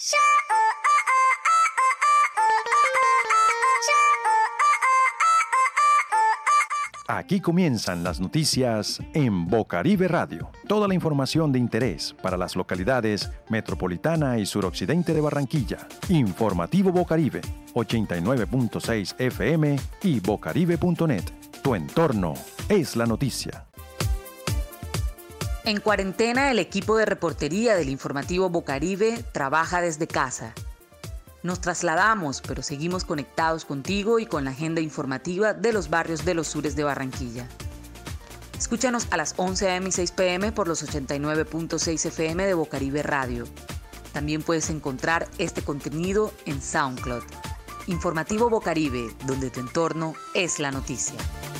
Aquí comienzan las noticias en Bocaribe Radio. Toda la información de interés para las localidades metropolitana y suroccidente de Barranquilla. Informativo Bocaribe, 89.6 FM y bocaribe.net. Tu entorno es la noticia. En cuarentena, el equipo de reportería del Informativo Bocaribe trabaja desde casa. Nos trasladamos, pero seguimos conectados contigo y con la agenda informativa de los barrios de los sures de Barranquilla. Escúchanos a las 11 a.m. y 6 p.m. por los 89.6 FM de Bocaribe Radio. También puedes encontrar este contenido en SoundCloud. Informativo Bocaribe, donde tu entorno es la noticia.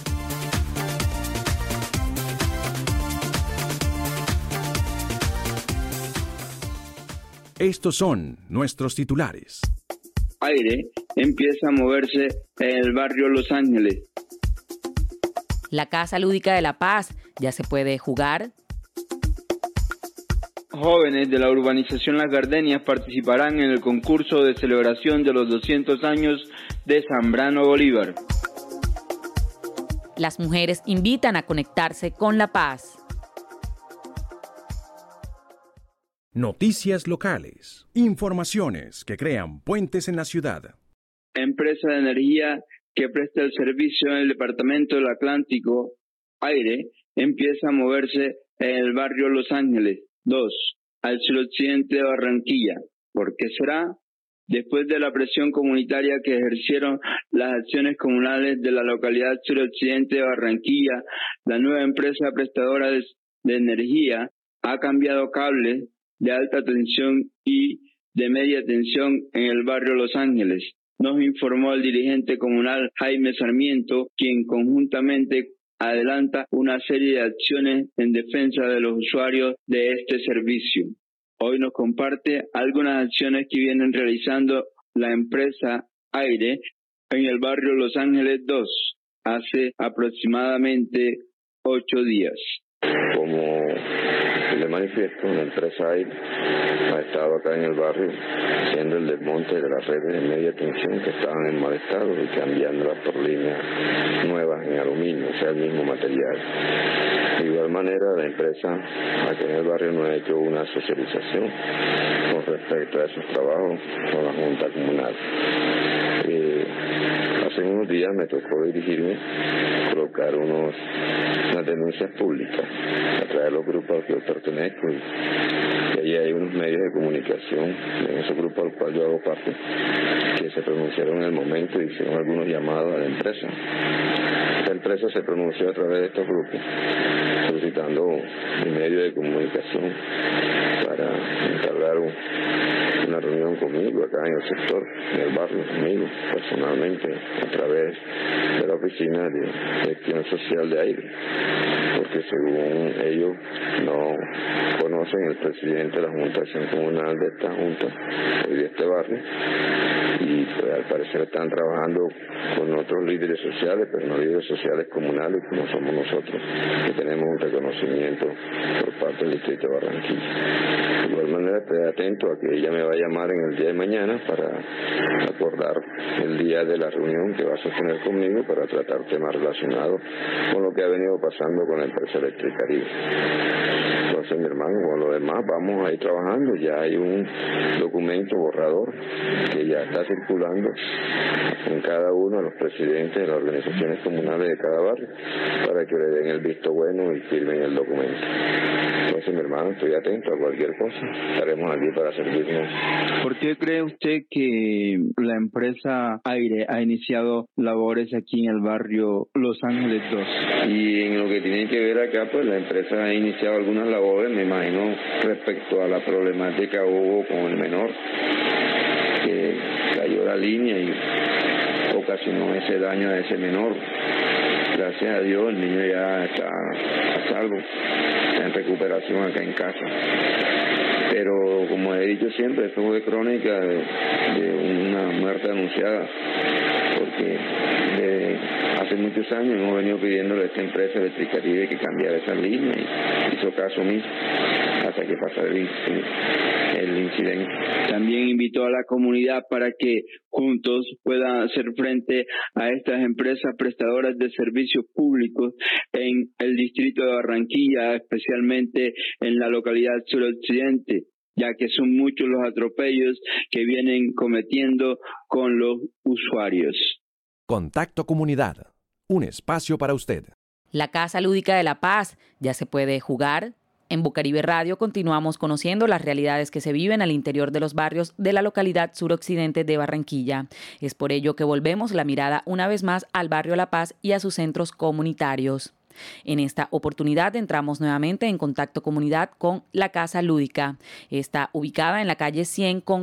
Estos son nuestros titulares. Aire empieza a moverse en el barrio Los Ángeles. La Casa Lúdica de La Paz ya se puede jugar. Jóvenes de la urbanización Las Gardenias participarán en el concurso de celebración de los 200 años de Zambrano Bolívar. Las mujeres invitan a conectarse con la paz. Noticias locales. Informaciones que crean puentes en la ciudad. Empresa de energía que presta el servicio en el departamento del Atlántico, Aire, empieza a moverse en el barrio Los Ángeles 2, al suroccidente de Barranquilla. ¿Por qué será? Después de la presión comunitaria que ejercieron las acciones comunales de la localidad suroccidente de Barranquilla, la nueva empresa prestadora de energía ha cambiado cables de alta tensión y de media tensión en el barrio Los Ángeles. Nos informó el dirigente comunal Jaime Sarmiento, quien conjuntamente adelanta una serie de acciones en defensa de los usuarios de este servicio. Hoy nos comparte algunas acciones que vienen realizando la empresa Aire en el barrio Los Ángeles 2 hace aproximadamente 8 días. Como le manifiesto, la empresa Aire ha estado acá en el barrio haciendo el desmonte de las redes de media tensión que estaban en mal estado y cambiándolas por líneas nuevas en aluminio, o sea, el mismo material. De igual manera, la empresa aquí en el barrio no ha hecho una socialización con respecto a esos trabajos con la Junta Comunal. Hace unos días me tocó dirigirme, colocar unas denuncias públicas a través de los grupos a los que yo pertenezco y ahí hay unos medios de comunicación en esos grupos al cual yo hago parte que se pronunciaron en el momento y hicieron algunos llamados a la empresa. La empresa se pronunció a través de estos grupos solicitando un medio de comunicación para entablar una reunión conmigo acá en el sector, en el barrio, conmigo personalmente, a través de la oficina de gestión social de Aire, porque según ellos no conocen el presidente de la Junta de Acción Comunal de esta Junta y de este barrio, y pues al parecer están trabajando con otros líderes sociales, pero no líderes sociales comunales como somos nosotros, que tenemos un reconocimiento por parte del distrito de Barranquilla. De igual manera estoy atento a que ella me va a llamar en el día de mañana para acordar el día de la reunión que va a sostener conmigo para tratar temas relacionados con lo que ha venido pasando con la empresa Electricaribe. Entonces, mi hermano, con lo demás vamos a ir trabajando. Ya hay un documento borrador que ya está circulando en cada uno de los presidentes de las organizaciones comunales de cada barrio para que le den el visto bueno y firmen el documento. Entonces, mi hermano, estoy atento a cualquier cosa. Estaremos aquí para servirnos. ¿Por qué cree usted que la empresa Aire ha iniciado labores aquí en el barrio Los Ángeles 2? Y en lo que tiene que ver acá, pues la empresa ha iniciado algunas labores, me imagino, respecto a la problemática hubo con el menor, que cayó la línea y ocasionó ese daño a ese menor. Gracias a Dios el niño ya está a salvo, está en recuperación acá en casa. Pero como he dicho siempre, esto fue crónica de una muerte anunciada, porque desde hace muchos años hemos venido pidiéndole a esta empresa Electricaribe que cambiara esa línea y hizo caso omiso hasta que pasara el incidente. También invitó a la comunidad para que juntos puedan hacer frente a estas empresas prestadoras de servicios públicos en el distrito de Barranquilla, especialmente en la localidad suroccidente, ya que son muchos los atropellos que vienen cometiendo con los usuarios. Contacto Comunidad, un espacio para usted. La Casa Lúdica de La Paz ya se puede jugar. En Bocaribe Radio continuamos conociendo las realidades que se viven al interior de los barrios de la localidad suroccidente de Barranquilla. Es por ello que volvemos la mirada una vez más al barrio La Paz y a sus centros comunitarios. En esta oportunidad entramos nuevamente en Contacto Comunidad con la Casa Lúdica. Está ubicada en la calle 100 con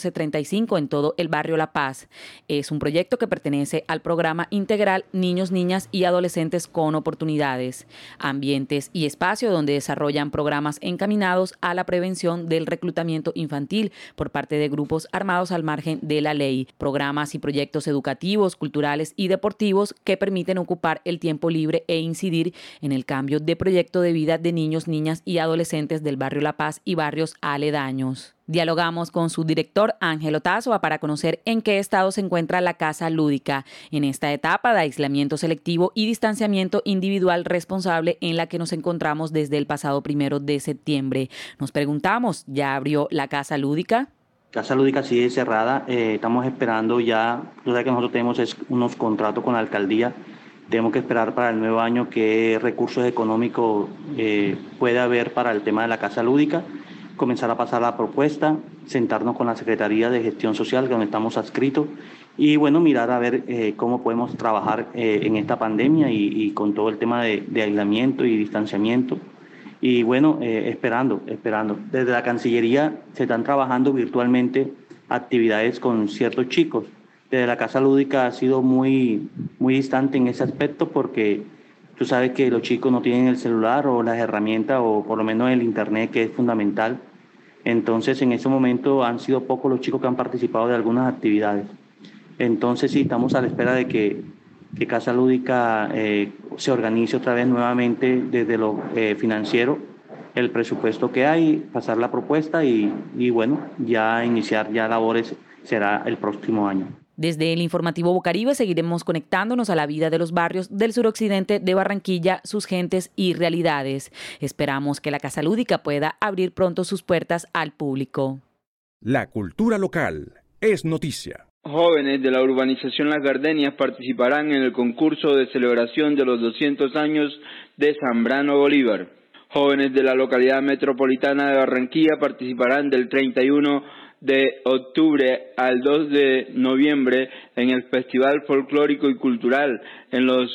1435 en todo el barrio La Paz. Es un proyecto que pertenece al programa integral Niños, Niñas y Adolescentes con Oportunidades, ambientes y espacio donde desarrollan programas encaminados a la prevención del reclutamiento infantil por parte de grupos armados al margen de la ley, programas y proyectos educativos, culturales y deportivos que permiten ocupar el tiempo libre e incidir en el cambio de proyecto de vida de niños, niñas y adolescentes del barrio La Paz y barrios aledaños. Dialogamos con su director, Ángel Otazoa, para conocer en qué estado se encuentra la Casa Lúdica en esta etapa de aislamiento selectivo y distanciamiento individual responsable en la que nos encontramos desde el pasado 1 de septiembre. Nos preguntamos, ¿ya abrió la Casa Lúdica? Casa Lúdica sigue cerrada, estamos esperando ya, tú sabes que nosotros tenemos unos contratos con la alcaldía. Tenemos que esperar para el nuevo año qué recursos económicos puede haber para el tema de la Casa Lúdica, comenzar a pasar la propuesta, sentarnos con la Secretaría de Gestión Social, donde estamos adscritos, y bueno, mirar a ver cómo podemos trabajar en esta pandemia y con todo el tema de aislamiento y distanciamiento. Y bueno, esperando. Desde la Cancillería se están trabajando virtualmente actividades con ciertos chicos. Desde la Casa Lúdica ha sido muy distante en ese aspecto porque tú sabes que los chicos no tienen el celular o las herramientas o por lo menos el internet, que es fundamental. Entonces en ese momento han sido pocos los chicos que han participado de algunas actividades. Entonces sí, estamos a la espera de que Casa Lúdica se organice otra vez nuevamente desde lo financiero, el presupuesto que hay, pasar la propuesta y bueno, ya iniciar ya labores será el próximo año. Desde el informativo Bocaribe seguiremos conectándonos a la vida de los barrios del suroccidente de Barranquilla, sus gentes y realidades. Esperamos que la Casa Lúdica pueda abrir pronto sus puertas al público. La cultura local es noticia. Jóvenes de la urbanización Las Gardenias participarán en el concurso de celebración de los 200 años de Zambrano Bolívar. Jóvenes de la localidad metropolitana de Barranquilla participarán del 31 de octubre al 2 de noviembre en el Festival Folclórico y Cultural en los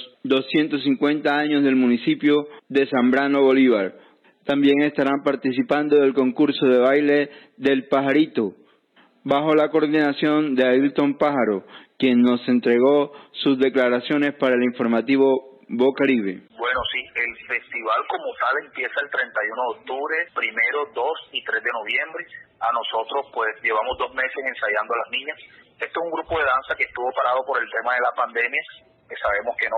250 años del municipio de Zambrano Bolívar. También estarán participando del concurso de baile del Pajarito, bajo la coordinación de Ailton Pájaro, quien nos entregó sus declaraciones para el informativo Bocaribe. Bueno, sí, el festival como tal empieza el 31 de octubre, 1, 2 y 3 de noviembre. A nosotros pues llevamos 2 meses ensayando a las niñas. Este es un grupo de danza que estuvo parado por el tema de la pandemia, que sabemos que no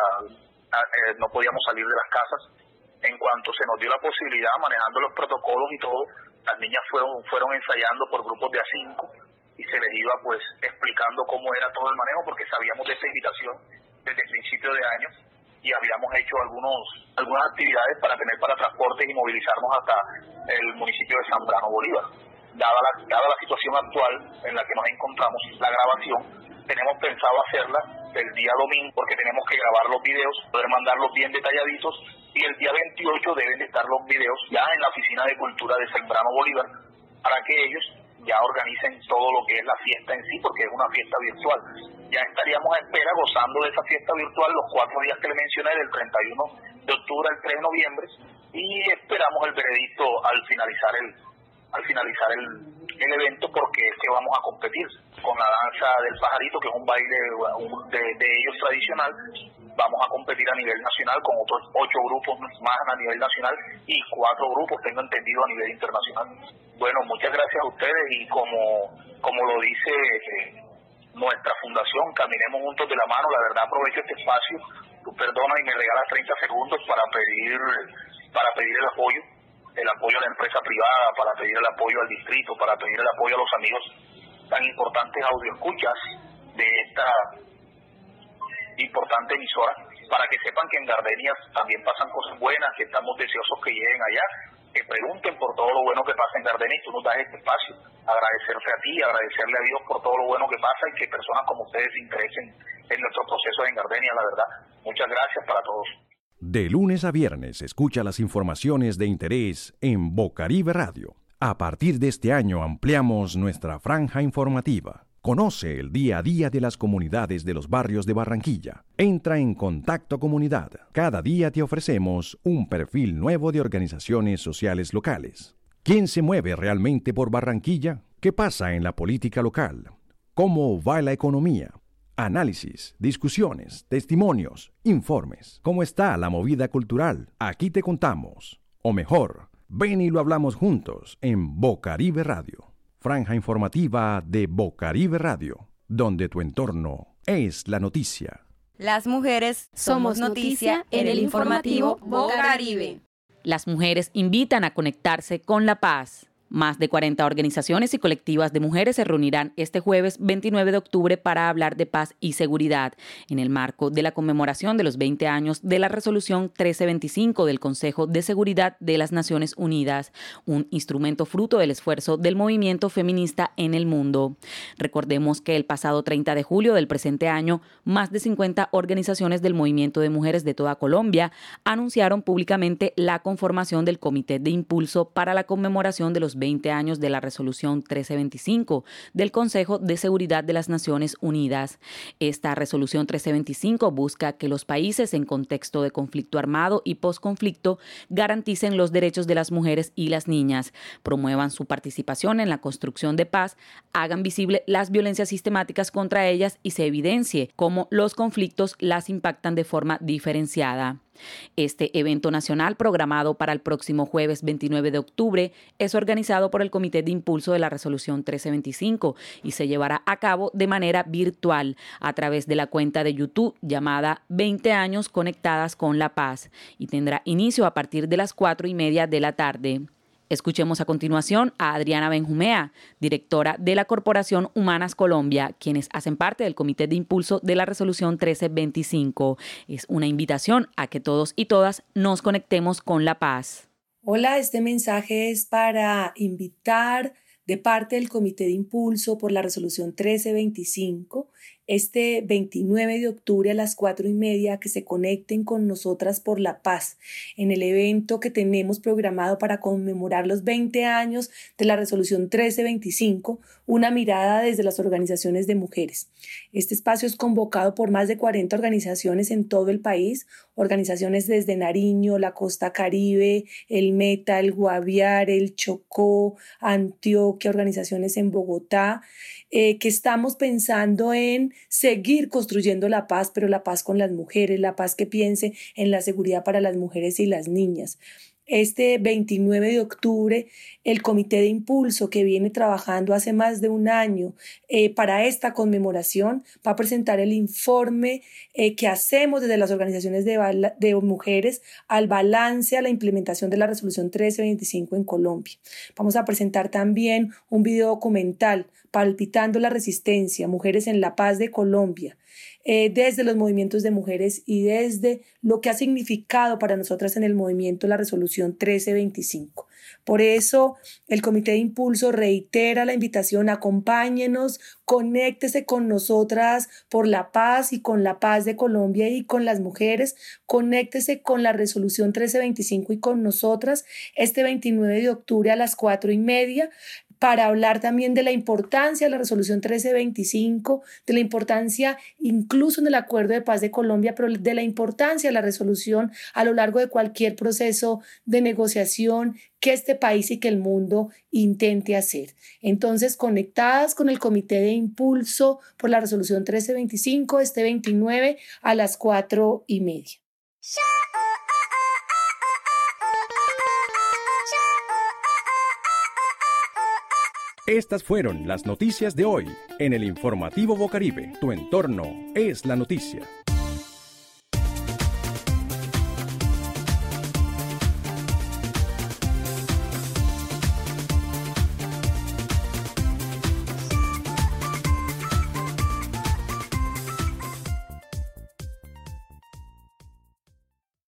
podíamos salir de las casas. En cuanto se nos dio la posibilidad, manejando los protocolos y todo, las niñas fueron ensayando por grupos de A5 y se les iba pues explicando cómo era todo el manejo, porque sabíamos de esa invitación desde el principio de año y habíamos hecho algunas actividades para tener para transportes y movilizarnos hasta el municipio de Zambrano Bolívar. Dada la situación actual en la que nos encontramos, la grabación, tenemos pensado hacerla el día domingo porque tenemos que grabar los videos, poder mandarlos bien detalladitos y el día 28 deben de estar los videos ya en la Oficina de Cultura de Zambrano Bolívar para que ellos ya organicen todo lo que es la fiesta en sí, porque es una fiesta virtual. Ya estaríamos a espera gozando de esa fiesta virtual los 4 días que le mencioné, del 31 de octubre al 3 de noviembre, y esperamos el veredicto al finalizar el evento, porque es que vamos a competir con la danza del Pajarito, que es un baile de ellos tradicional, vamos a competir a nivel nacional con otros 8 grupos más a nivel nacional y 4 grupos, tengo entendido, a nivel internacional. Bueno, muchas gracias a ustedes y como lo dice nuestra fundación, Caminemos Juntos de la Mano, la verdad aprovecho este espacio, tú perdona y me regalas 30 segundos para pedir el apoyo a la empresa privada, para pedir el apoyo al distrito, para pedir el apoyo a los amigos tan importantes audioescuchas de esta importante emisora, para que sepan que en Gardenias también pasan cosas buenas, que estamos deseosos que lleguen allá, que pregunten por todo lo bueno que pasa en Gardenias, y tú nos das este espacio. Agradecerte a ti, agradecerle a Dios por todo lo bueno que pasa y que personas como ustedes se interesen en nuestros procesos en Gardenias, la verdad. Muchas gracias para todos. De lunes a viernes escucha las informaciones de interés en Bocaribe Radio. A partir de este año ampliamos nuestra franja informativa. Conoce el día a día de las comunidades de los barrios de Barranquilla. Entra en Contacto Comunidad. Cada día te ofrecemos un perfil nuevo de organizaciones sociales locales. ¿Quién se mueve realmente por Barranquilla? ¿Qué pasa en la política local? ¿Cómo va la economía? Análisis, discusiones, testimonios, informes. ¿Cómo está la movida cultural? Aquí te contamos. O mejor, ven y lo hablamos juntos en Bocaribe Radio. Franja informativa de Bocaribe Radio, donde tu entorno es la noticia. Las mujeres somos noticia en el informativo Bocaribe. Las mujeres invitan a conectarse con la paz. Más de 40 organizaciones y colectivas de mujeres se reunirán este jueves 29 de octubre para hablar de paz y seguridad en el marco de la conmemoración de los 20 años de la Resolución 1325 del Consejo de Seguridad de las Naciones Unidas, un instrumento fruto del esfuerzo del movimiento feminista en el mundo. Recordemos que el pasado 30 de julio del presente año, más de 50 organizaciones del movimiento de mujeres de toda Colombia anunciaron públicamente la conformación del Comité de Impulso para la conmemoración de los 20 años de la Resolución 1325 del Consejo de Seguridad de las Naciones Unidas. Esta Resolución 1325 busca que los países en contexto de conflicto armado y posconflicto garanticen los derechos de las mujeres y las niñas, promuevan su participación en la construcción de paz, hagan visible las violencias sistemáticas contra ellas y se evidencie cómo los conflictos las impactan de forma diferenciada. Este evento nacional, programado para el próximo jueves 29 de octubre, es organizado por el Comité de Impulso de la Resolución 1325 y se llevará a cabo de manera virtual a través de la cuenta de YouTube llamada 20 años conectadas con la paz y tendrá inicio a partir de las 4:30 de la tarde. Escuchemos a continuación a Adriana Benjumea, directora de la Corporación Humanas Colombia, quienes hacen parte del Comité de Impulso de la Resolución 1325. Es una invitación a que todos y todas nos conectemos con la paz. Hola, este mensaje es para invitar de parte del Comité de Impulso por la Resolución 1325 este 29 de octubre a las 4:30 que se conecten con nosotras por la paz en el evento que tenemos programado para conmemorar los 20 años de la Resolución 1325, una mirada desde las organizaciones de mujeres. Este espacio es convocado por más de 40 organizaciones en todo el país, organizaciones desde Nariño, la Costa Caribe, el Meta, el Guaviare, el Chocó, Antioquia, organizaciones en Bogotá, que estamos pensando en seguir construyendo la paz, pero la paz con las mujeres, la paz que piense en la seguridad para las mujeres y las niñas. Este 29 de octubre, el Comité de Impulso, que viene trabajando hace más de un año para esta conmemoración, va a presentar el informe que hacemos desde las organizaciones de mujeres al balance a la implementación de la Resolución 1325 en Colombia. Vamos a presentar también un video documental, Palpitando la Resistencia, Mujeres en la Paz de Colombia, desde los movimientos de mujeres y desde lo que ha significado para nosotras en el movimiento la Resolución 1325. Por eso, el Comité de Impulso reitera la invitación: acompáñenos, conéctese con nosotras por la paz y con la paz de Colombia y con las mujeres, conéctese con la Resolución 1325 y con nosotras este 29 de octubre a las 4:30 para hablar también de la importancia de la resolución 1325, de la importancia incluso en el Acuerdo de Paz de Colombia, pero de la importancia de la resolución a lo largo de cualquier proceso de negociación que este país y que el mundo intente hacer. Entonces, conectadas con el Comité de Impulso por la resolución 1325, este 29 a las 4:30. Estas fueron las noticias de hoy en el informativo Bocaribe. Tu entorno es la noticia.